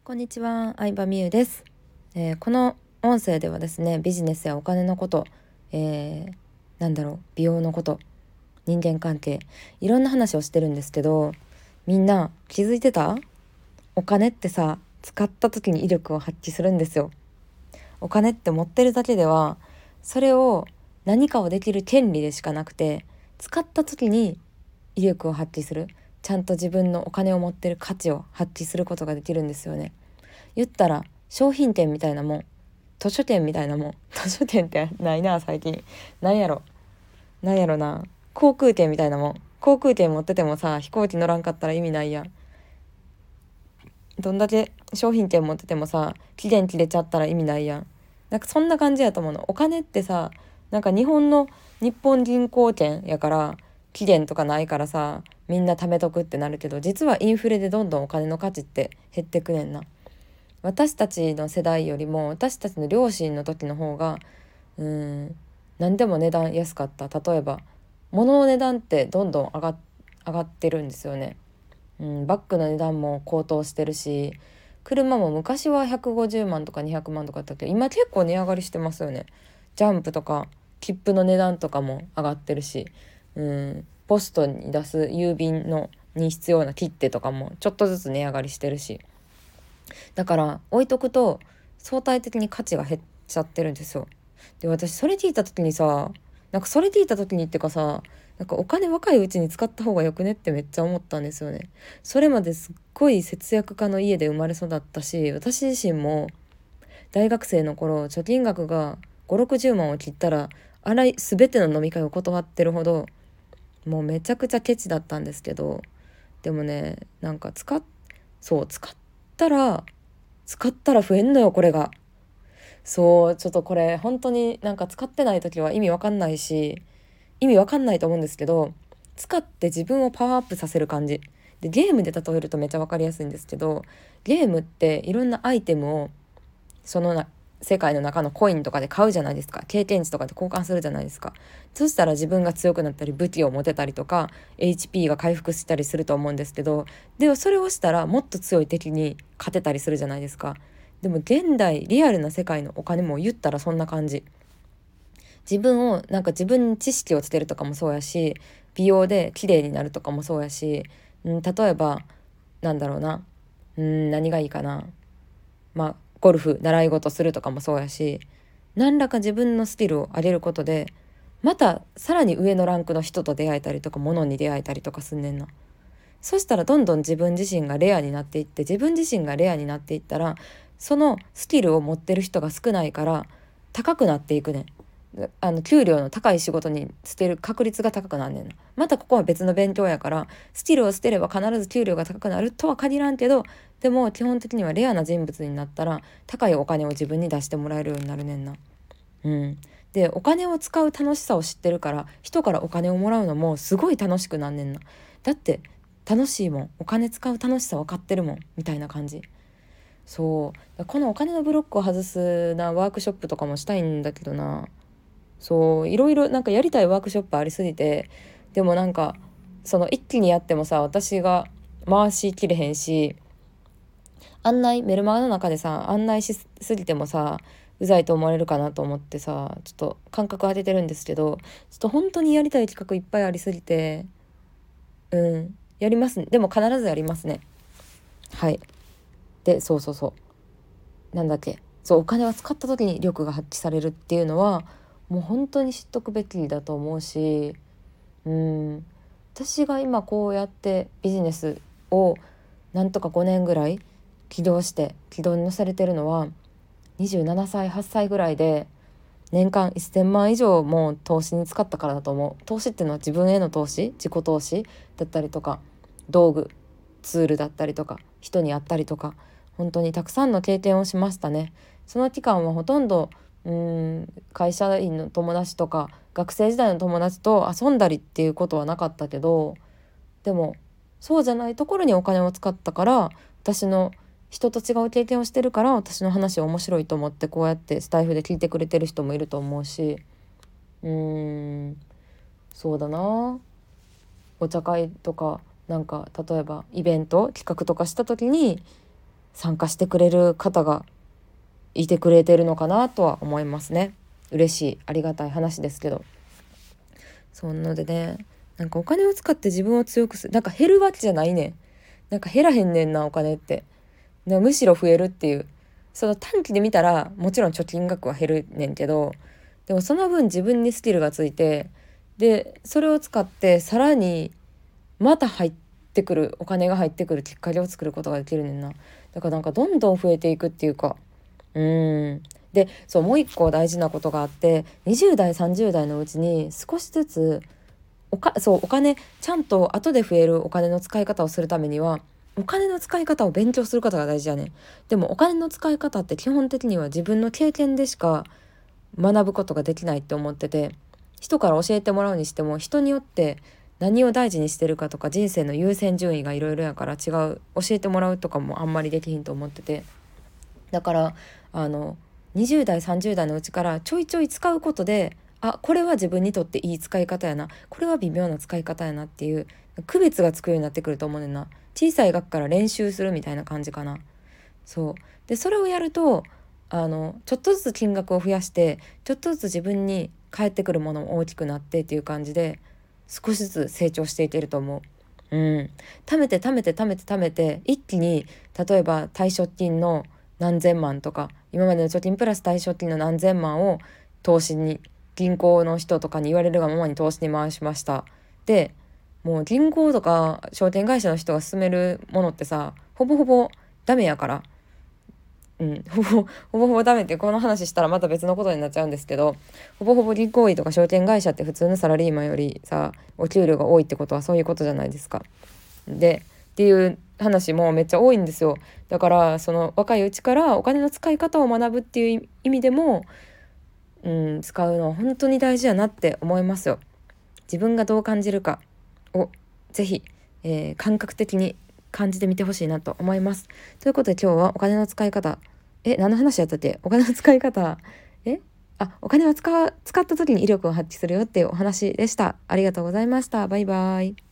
こんにちは、相葉美優です。この音声ではですね、ビジネスやお金のこと、美容のこと、人間関係、いろんな話をしてるんですけど、みんな気づいてた？お金ってさ、使った時に威力を発揮するんですよ。お金って持ってるだけでは、それを何かをできる権利でしかなくて、使った時に威力を発揮する。ちゃんと自分のお金を持ってる価値を発揮することができるんですよね。言ったら商品券みたいなもん、図書券みたいなもん。図書券ってないな最近。なんやろな、航空券みたいなもん。航空券持っててもさ、飛行機乗らんかったら意味ないやん。どんだけ商品券持っててもさ、期限切れちゃったら意味ないやん。なんかそんな感じやと思うの。お金ってさ、なんか日本銀行券やから期限とかないからさ、みんな貯めとくってなるけど、実はインフレでどんどんお金の価値って減ってくねんな。私たちの世代よりも私たちの両親の時の方が何でも値段安かった。例えば物の値段ってどんどん上がってるんですよね。バッグの値段も高騰してるし、車も昔は150万とか200万とかだったけど、今結構値上がりしてますよね。ジャンプとか切符の値段とかも上がってるし、ポストに出す郵便に必要な切手とかもちょっとずつ値上がりしてるし、だから置いとくと相対的に価値が減っちゃってるんですよ。で、私それ聞いた時にさ、それ聞いた時にってかさ、お金若いうちに使った方がよくねってめっちゃ思ったんですよね。それまですっごい節約家の家で生まれ育ったし、私自身も大学生の頃貯金額が5、60万を切ったら全ての飲み会を断ってるほど、もうめちゃくちゃケチだったんですけど、でもね、使ったら増えんのよ、これが。そう、ちょっとこれ本当に使ってない時は意味わかんないし、意味わかんないと思うんですけど、使って自分をパワーアップさせる感じ。で、ゲームで例えるとめっちゃわかりやすいんですけど、ゲームっていろんなアイテムをそのな世界の中のコインとかで買うじゃないですか。経験値とかで交換するじゃないですか。そしたら自分が強くなったり武器を持てたりとか HP が回復したりすると思うんですけど、でもそれをしたらもっと強い敵に勝てたりするじゃないですか。でも現代リアルな世界のお金も言ったらそんな感じ。自分に知識をつけるとかもそうやし、美容で綺麗になるとかもそうやし、例えばなんだろうな、何がいいかな、ゴルフ習い事するとかもそうやし、何らか自分のスキルを上げることでまたさらに上のランクの人と出会えたりとか物に出会えたりとかすんねんな。そしたらどんどん自分自身がレアになっていって、自分自身がレアになっていったら、そのスキルを持ってる人が少ないから高くなっていくねん。給料の高い仕事に捨てる確率が高くなんねんな。またここは別の勉強やから、スキルを捨てれば必ず給料が高くなるとは限らんけど、でも基本的にはレアな人物になったら高いお金を自分に出してもらえるようになるねんな。で、お金を使う楽しさを知ってるから、人からお金をもらうのもすごい楽しくなんねんな。だって楽しいもん、お金使う楽しさ分かってるもんみたいな感じ。そうこのお金のブロックを外すワークショップとかもしたいんだけどな。そう、いろいろやりたいワークショップありすぎて、でもその一気にやってもさ、私が回しきれへんし、メルマガの中でさ案内しすぎてもさうざいと思われるかなと思ってさ、ちょっと感覚当ててるんですけど、ちょっと本当にやりたい企画いっぱいありすぎて、やりますね。でも必ずやりますね。はい。で、なんだっけ、そう、お金は使った時に力が発揮されるっていうのはもう本当に知っとくべきだと思うし、私が今こうやってビジネスをなんとか5年ぐらい軌道に乗せれてるのは27歳8歳ぐらいで、年間1000万以上も投資に使ったからだと思う。投資っていうのは自分への投資、自己投資だったりとか、道具ツールだったりとか、人に会ったりとか、本当にたくさんの経験をしましたね。その期間はほとんど会社員の友達とか学生時代の友達と遊んだりっていうことはなかったけど、でもそうじゃないところにお金を使ったから、私の人と違う経験をしてるから私の話面白いと思ってこうやってスタイフで聞いてくれてる人もいると思うし、うーんそうだな、お茶会とか例えばイベント企画とかした時に参加してくれる方がいてくれてるのかなとは思いますね。嬉しい、ありがたい話ですけど。そんのでね、なんかお金を使って自分を強くする、なんか減るわけじゃないねん。なんか減らへんねんな、お金って。むしろ増えるっていう。その短期で見たらもちろん貯金額は減るねんけど、でもその分自分にスキルがついて、でそれを使ってさらにまた入ってくるお金が入ってくるきっかけを作ることができるねんな。だからなんかどんどん増えていくっていうか、でそうもう一個大事なことがあって、20代30代のうちに少しずつお金ちゃんと後で増えるお金の使い方をするためには、お金の使い方を勉強することが大事やねん。でもお金の使い方って基本的には自分の経験でしか学ぶことができないって思ってて、人から教えてもらうにしても人によって何を大事にしてるかとか人生の優先順位がいろいろやから違う、教えてもらうとかもあんまりできひんと思ってて、だから20代30代のうちからちょいちょい使うことで、あ、これは自分にとっていい使い方やな、これは微妙な使い方やなっていう区別がつくようになってくると思うねんな。小さい額から練習するみたいな感じかな。そうで、それをやるとちょっとずつ金額を増やして、ちょっとずつ自分に返ってくるものも大きくなってっていう感じで少しずつ成長していけると思う。貯めて貯めて貯めて貯めて一気に、例えば退職金の何千万とか、今までの貯金プラス退職金の何千万を投資に、銀行の人とかに言われるがままに投資に回しました。でもう銀行とか証券会社の人が勧めるものってさ、ほぼほぼダメやから、ほぼほぼダメって、この話したらまた別のことになっちゃうんですけど、ほぼほぼ銀行員とか証券会社って普通のサラリーマンよりさお給料が多いってことはそういうことじゃないですか。でっていう話もめっちゃ多いんですよ。だからその若いうちからお金の使い方を学ぶっていう意味でも、使うのは本当に大事やなって思いますよ。自分がどう感じるかをぜひ、感覚的に感じてみてほしいなと思います。ということで今日はお金の使い方、何の話やったっけ、お金の使い方、お金は使った時に威力を発揮するよっていうお話でした。ありがとうございました。バイバイ。